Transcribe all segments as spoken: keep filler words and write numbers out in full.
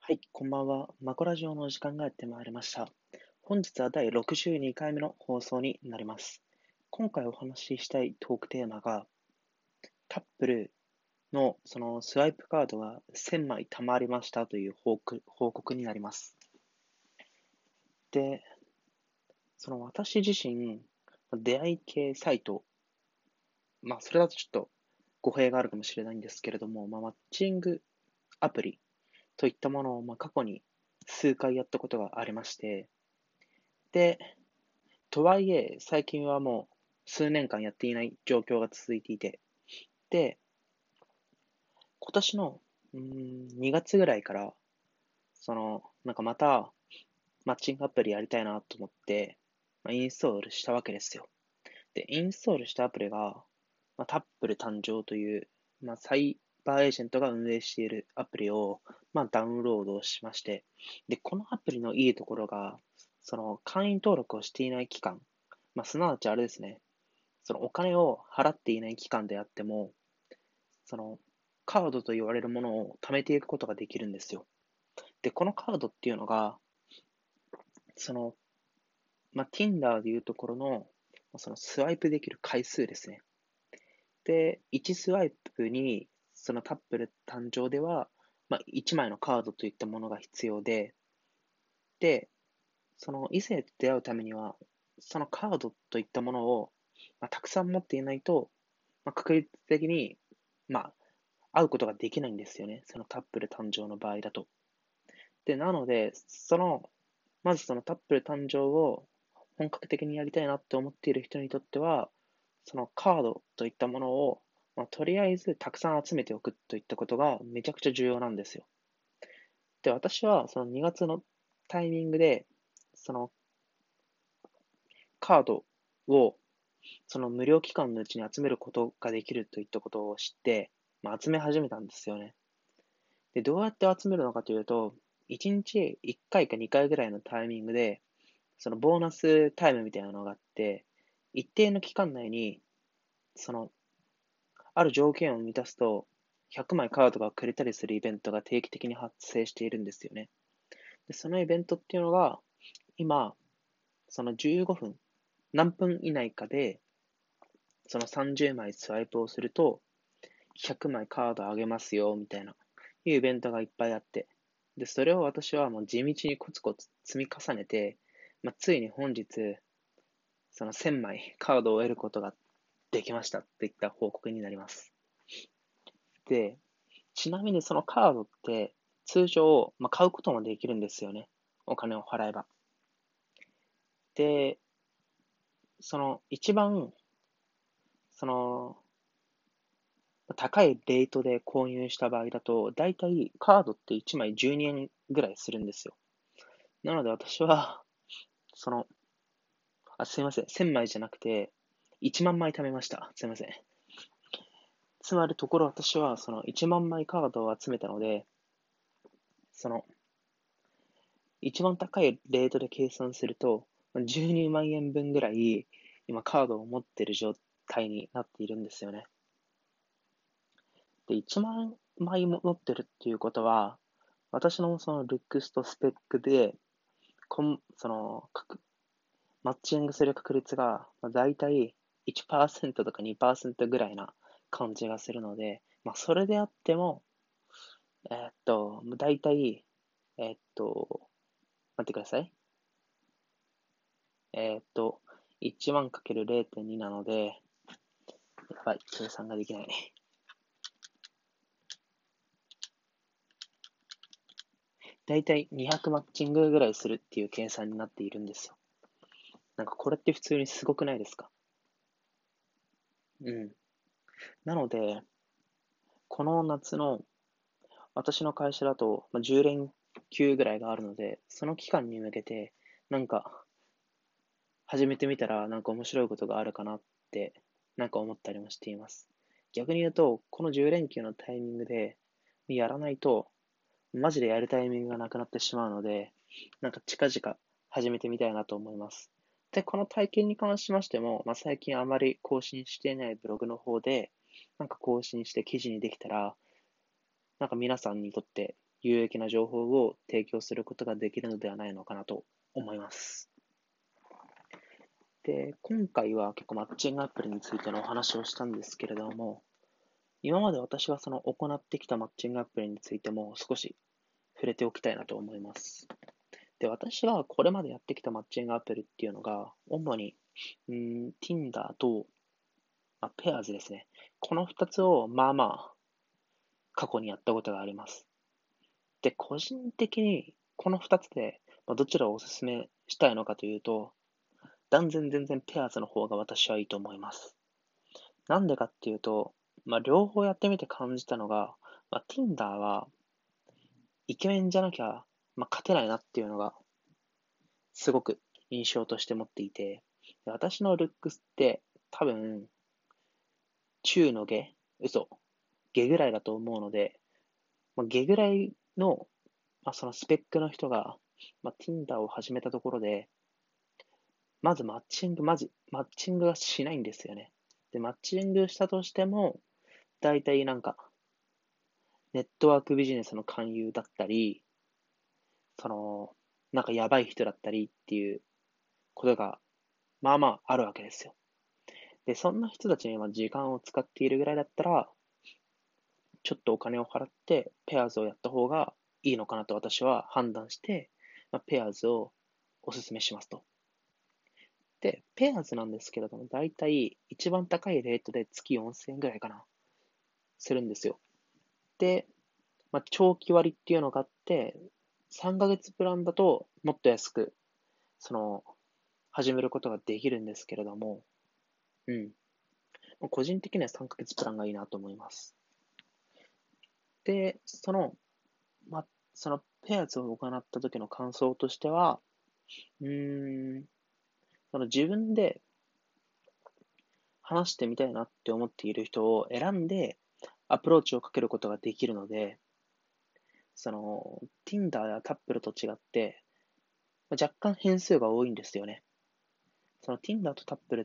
はい、こんばんは。マコラジオのお時間がやってまいりました。本日はだいろくじゅうにかいめの放送になります。今回お話ししたいトークテーマが、タップルのそのスワイプカードがせんまい貯まりましたという報告報告になります。で、その私自身、出会い系サイト、まあそれだとちょっと語弊があるかもしれないんですけれども、まあ、マッチングアプリといったものをまあ過去に数回やったことがありまして、で、とはいえ、最近はもう数年間やっていない状況が続いていて、で、今年のうーんにがつぐらいから、その、なんかまたマッチングアプリやりたいなと思って、まあ、インストールしたわけですよ。で、インストールしたアプリが、まあ、タップル誕生という、まあ、サイバーエージェントが運営しているアプリを、まあ、ダウンロードしまして、で、このアプリのいいところが、その会員登録をしていない期間、まあ、すなわちあれですね、そのお金を払っていない期間であっても、そのカードと言われるものを貯めていくことができるんですよ。で、このカードっていうのが、その、まあ、Tinder でいうところの、そのスワイプできる回数ですね。で、いちスワイプに、そのタップル誕生では、まあ、いちまいのカードといったものが必要で、で、その異性と出会うためには、そのカードといったものを、まあ、たくさん持っていないと、まあ、確率的に、まあ、会うことができないんですよね。そのタップル誕生の場合だと。で、なので、その、まずそのタップル誕生を本格的にやりたいなって思っている人にとっては、そのカードといったものを、まあ、とりあえずたくさん集めておくといったことがめちゃくちゃ重要なんですよ。で、私はそのにがつのタイミングで、そのカードをその無料期間のうちに集めることができるといったことを知って、まあ、集め始めたんですよね。で、どうやって集めるのかというと、いちにちいっかいかにかいぐらいのタイミングで、そのボーナスタイムみたいなのがあって、一定の期間内に、その、ある条件を満たすと、ひゃくまいカードがくれたりするイベントが定期的に発生しているんですよね。で、そのイベントっていうのが、今、そのじゅうごふん、何分以内かで、そのさんじゅうまいスワイプをすると、ひゃくまいカードあげますよ、みたいな、いうイベントがいっぱいあって、で、それを私はもう地道にコツコツ積み重ねて、まあ、ついに本日、そのせんまいカードを得ることができましたといった報告になります。で、ちなみにそのカードって通常、まあ、買うこともできるんですよね。お金を払えば。で、その一番、その高いレートで購入した場合だと、だいたいカードっていちまいじゅうにえんぐらいするんですよ。なので私は、その、あ、すいません、せんまいじゃなくて、いちまんまい貯めました。すいません。つまりところ私は、そのいちまんまいカードを集めたので、その、一番高いレートで計算すると、じゅうにまん円分ぐらい、今カードを持っている状態になっているんですよね。で、いちまんまいも持ってるっていうことは、私のそのルックスとスペックで、こんその、マッチングする確率が、まあ、大体いちパーセントとかにパーセントぐらいな感じがするので、まあ、それであっても、えーっと、大体、えーっと、待ってください。えーっと、いちまんかける れいてんに なので、やばい、計算ができない。大体にひゃくマッチングぐらいするっていう計算になっているんですよ。なんかこれって普通にすごくないですか？うん。なので、この夏の私の会社だと、まあ、じゅう連休ぐらいがあるので、その期間に向けて、なんか、始めてみたら、なんか面白いことがあるかなって、なんか思ったりもしています。逆に言うと、このじゅう連休のタイミングで、やらないと、マジでやるタイミングがなくなってしまうので、なんか近々始めてみたいなと思います。で、この体験に関しましても、まあ、最近あまり更新していないブログの方で、なんか更新して記事にできたら、なんか皆さんにとって有益な情報を提供することができるのではないのかなと思います。で、今回は結構マッチングアプリについてのお話をしたんですけれども、今まで私がその行ってきたマッチングアプリについても少し触れておきたいなと思います。で、私がこれまでやってきたマッチングアプリっていうのが、主に、うん、Tinder と、まあ、Pairs ですね。この二つをまあまあ過去にやったことがあります。で、個人的にこの二つで、まあ、どちらをお勧めしたいのかというと、断然全然 Pairs の方が私はいいと思います。なんでかっていうと、まあ、両方やってみて感じたのが、まあ、Tinder はイケメンじゃなきゃ、まあ、勝てないなっていうのがすごく印象として持っていて、私のルックスって多分、中の下、嘘、下ぐらいだと思うので、まあ、下ぐらいの、まあ、そのスペックの人が、まあ、Tinder を始めたところで、まずマッチング、まじ、マッチングがしないんですよね。で、マッチングしたとしても、大体なんか、ネットワークビジネスの勧誘だったり、その、なんかやばい人だったりっていうことが、まあまああるわけですよ。で、そんな人たちに今時間を使っているぐらいだったら、ちょっとお金を払ってペアーズをやった方がいいのかなと私は判断して、まあ、ペアーズをお勧めしますと。で、ペアーズなんですけれども、だいたい一番高いレートで月よんせんえんぐらいかな、するんですよ。で、まあ、長期割っていうのがあって、さんかげつプランだともっと安く、その、始めることができるんですけれども、うん。個人的にはさんかげつプランがいいなと思います。で、その、まあ、そのペアーズを行った時の感想としては、うーん、その自分で話してみたいなって思っている人を選んでアプローチをかけることができるので、その、Tinder や Tappl と違って、若干変数が多いんですよね。その Tinder と Tappl って、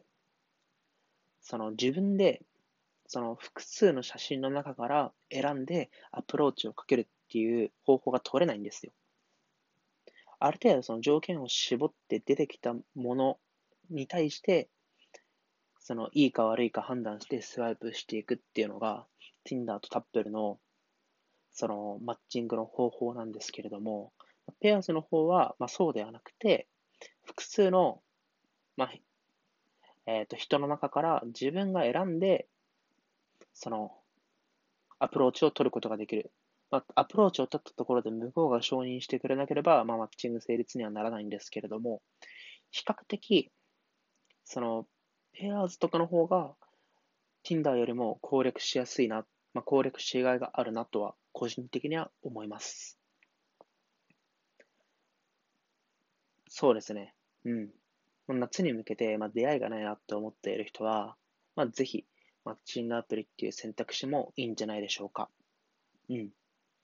その自分で、その複数の写真の中から選んでアプローチをかけるっていう方法が取れないんですよ。ある程度その条件を絞って出てきたものに対して、そのいいか悪いか判断してスワイプしていくっていうのが、Tinder と Tappl のそのマッチングの方法なんですけれども、ペアーズの方は、まあ、そうではなくて、複数の、まあえーと、人の中から自分が選んで、そのアプローチを取ることができる。まあ、アプローチを取ったところで向こうが承認してくれなければ、まあ、マッチング成立にはならないんですけれども、比較的、その、ペアーズとかの方が Tinder よりも攻略しやすいな、まあ、攻略しがいがあるなとは、個人的には思います。そうですね。うん。夏に向けて、まあ、出会いがないなって思っている人は、まあ、ぜひ、マッチングアプリっていう選択肢もいいんじゃないでしょうか。うん。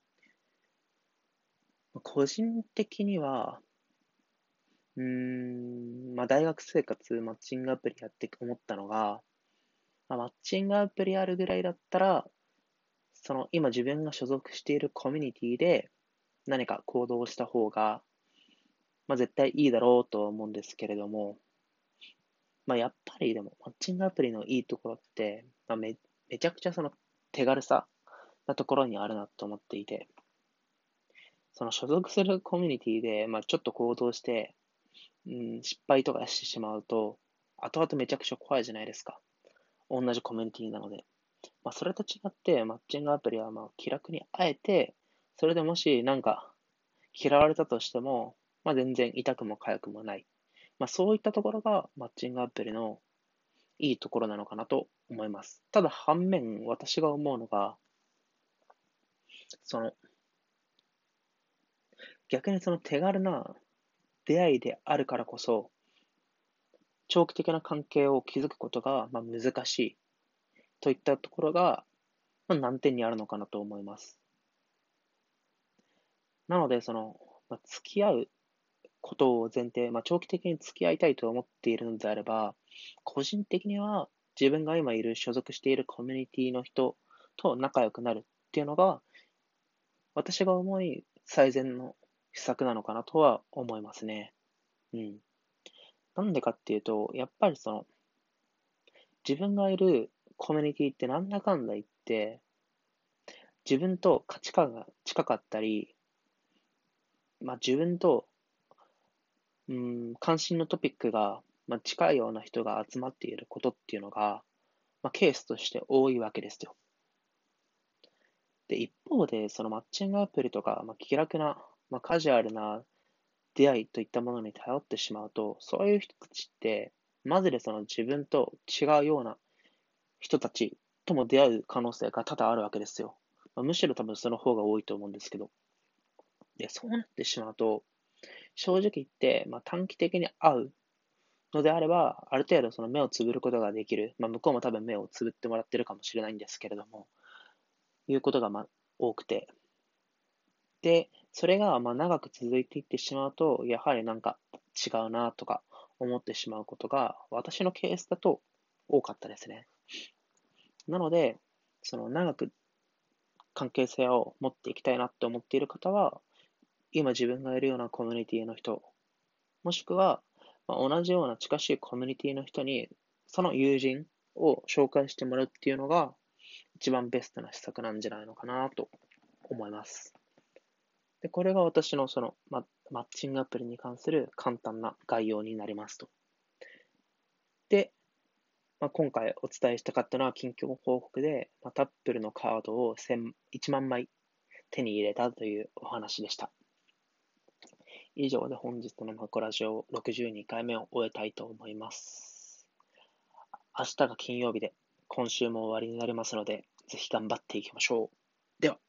個人的には、うーん、まあ、大学生活、マッチングアプリやって思ったのが、まあ、マッチングアプリあるぐらいだったら、その今自分が所属しているコミュニティで何か行動した方が、まあ、絶対いいだろうと思うんですけれども、まあ、やっぱりでも、マッチングアプリのいいところって、まあ、め、めちゃくちゃその手軽さなところにあるなと思っていて、その所属するコミュニティで、まあ、ちょっと行動して、うん、失敗とかしてしまうと、後々めちゃくちゃ怖いじゃないですか。同じコミュニティなので。まあ、それと違って、マッチングアプリはまあ気楽に会えて、それでもしなんか嫌われたとしても、まあ、全然痛くも痒くもない。まあ、そういったところがマッチングアプリのいいところなのかなと思います。ただ反面、私が思うのが、その逆にその手軽な出会いであるからこそ、長期的な関係を築くことがまあ難しいといったところが、まあ、難点にあるのかなと思います。なので、その、まあ、付き合うことを前提、まあ、長期的に付き合いたいと思っているのであれば、個人的には自分が今いる所属しているコミュニティの人と仲良くなるっていうのが、 私が思い最善の施策なのかなとは思いますね。うん。なんでかっていうと、やっぱりその、自分がいるコミュニティってなんだかんだ言って、自分と価値観が近かったり、まあ自分と、うん、関心のトピックが、まあ、近いような人が集まっていることっていうのが、まあ、ケースとして多いわけですよ。で、一方で、そのマッチングアプリとか、まあ、気楽な、まあ、カジュアルな出会いといったものに頼ってしまうと、そういう人たちって、マジでその自分と違うような人たちとも出会う可能性が多々あるわけですよ。まあ、むしろ多分その方が多いと思うんですけど。で、そうなってしまうと、正直言って、まあ、短期的に会うのであれば、ある程度その目をつぶることができる。まあ、向こうも多分目をつぶってもらってるかもしれないんですけれども、いうことがまあ多くて。で、それがまあ長く続いていってしまうと、やはりなんか違うなとか思ってしまうことが、私のケースだと多かったですね。なので、その長く関係性を持っていきたいなって思っている方は、今自分がいるようなコミュニティの人、もしくは、まあ、同じような近しいコミュニティの人に、その友人を紹介してもらうっていうのが、一番ベストな施策なんじゃないのかなと思います。で、これが私のその、ま、マッチングアプリに関する簡単な概要になりますと。で、まあ、今回お伝えしたかったのは近況報告で、まあ、タップルのカードをいちまんまい手に入れたというお話でした。以上で本日のマコラジオろくじゅうにかいめを終えたいと思います。明日が金曜日で今週も終わりになりますので、ぜひ頑張っていきましょう。では。